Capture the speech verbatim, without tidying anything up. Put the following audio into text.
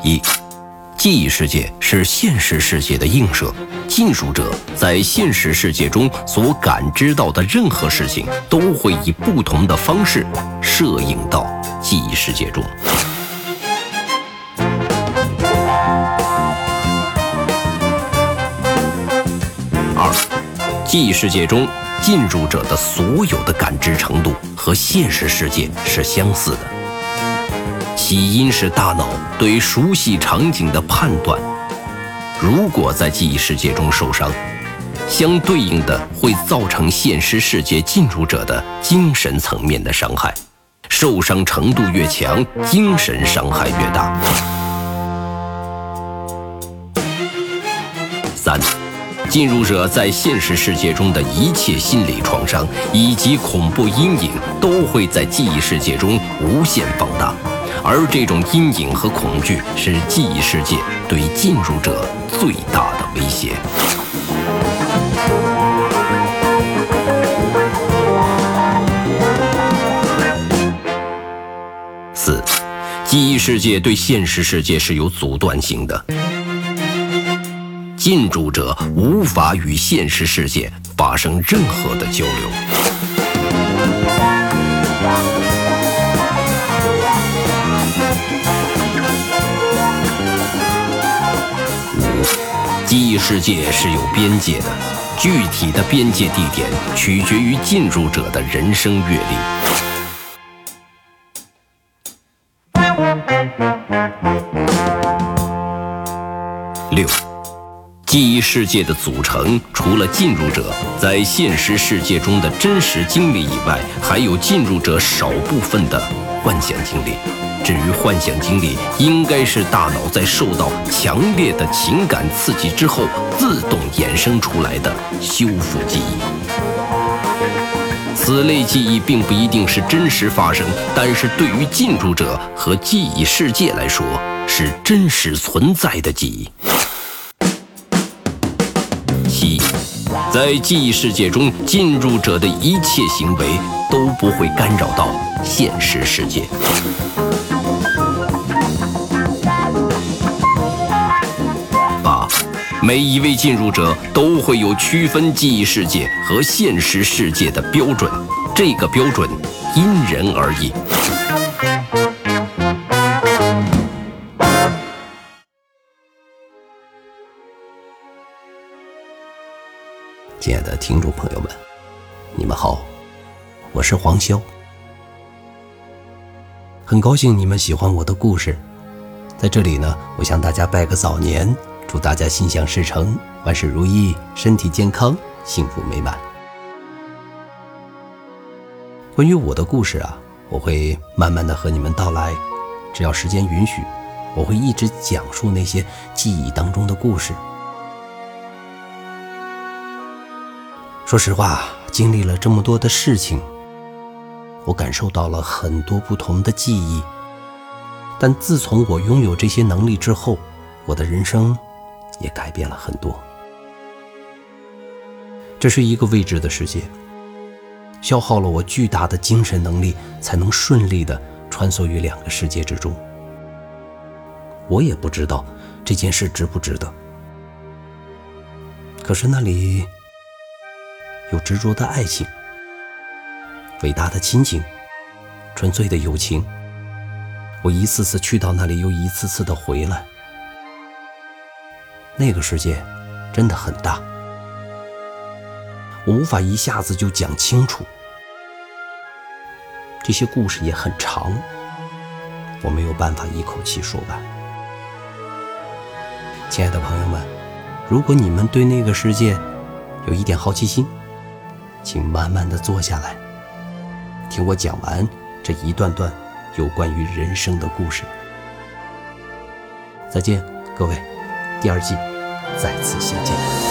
一、记忆世界是现实世界的映射，进入者在现实世界中所感知到的任何事情，都会以不同的方式摄影到记忆世界中。二、记忆世界中进入者的所有的感知程度和现实世界是相似的。起因是大脑对熟悉场景的判断，如果在记忆世界中受伤，相对应的会造成现实世界进入者的精神层面的伤害，受伤程度越强，精神伤害越大。三、进入者在现实世界中的一切心理创伤以及恐怖阴影都会在记忆世界中无限放大，而这种阴影和恐惧是记忆世界对进入者最大的威胁。四、记忆世界对现实世界是有阻断性的，进入者无法与现实世界发生任何的交流。五、记忆世界是有边界的，具体的边界地点取决于进入者的人生阅历。六、记忆世界的组成除了进入者在现实世界中的真实经历以外，还有进入者少部分的幻想经历。至于幻想经历，应该是大脑在受到强烈的情感刺激之后自动衍生出来的修复记忆。此类记忆并不一定是真实发生，但是对于进入者和记忆世界来说，是真实存在的记忆。七、在记忆世界中，进入者的一切行为都不会干扰到现实世界。八、每一位进入者都会有区分记忆世界和现实世界的标准，这个标准因人而异。亲爱的听众朋友们，你们好，我是黄潇，很高兴你们喜欢我的故事。在这里呢，我向大家拜个早年，祝大家心想事成，万事如意，身体健康，幸福美满。关于我的故事啊，我会慢慢的和你们道来，只要时间允许，我会一直讲述那些记忆当中的故事。说实话，经历了这么多的事情，我感受到了很多不同的记忆，但自从我拥有这些能力之后，我的人生也改变了很多。这是一个未知的世界，消耗了我巨大的精神能力，才能顺利地穿梭于两个世界之中。我也不知道这件事值不值得，可是那里有执着的爱情，伟大的亲情，纯粹的友情。我一次次去到那里，又一次次的回来。那个世界真的很大，我无法一下子就讲清楚。这些故事也很长，我没有办法一口气说完。亲爱的朋友们，如果你们对那个世界有一点好奇心，请慢慢地坐下来，听我讲完这一段段有关于人生的故事。再见，各位，第二季再次相见。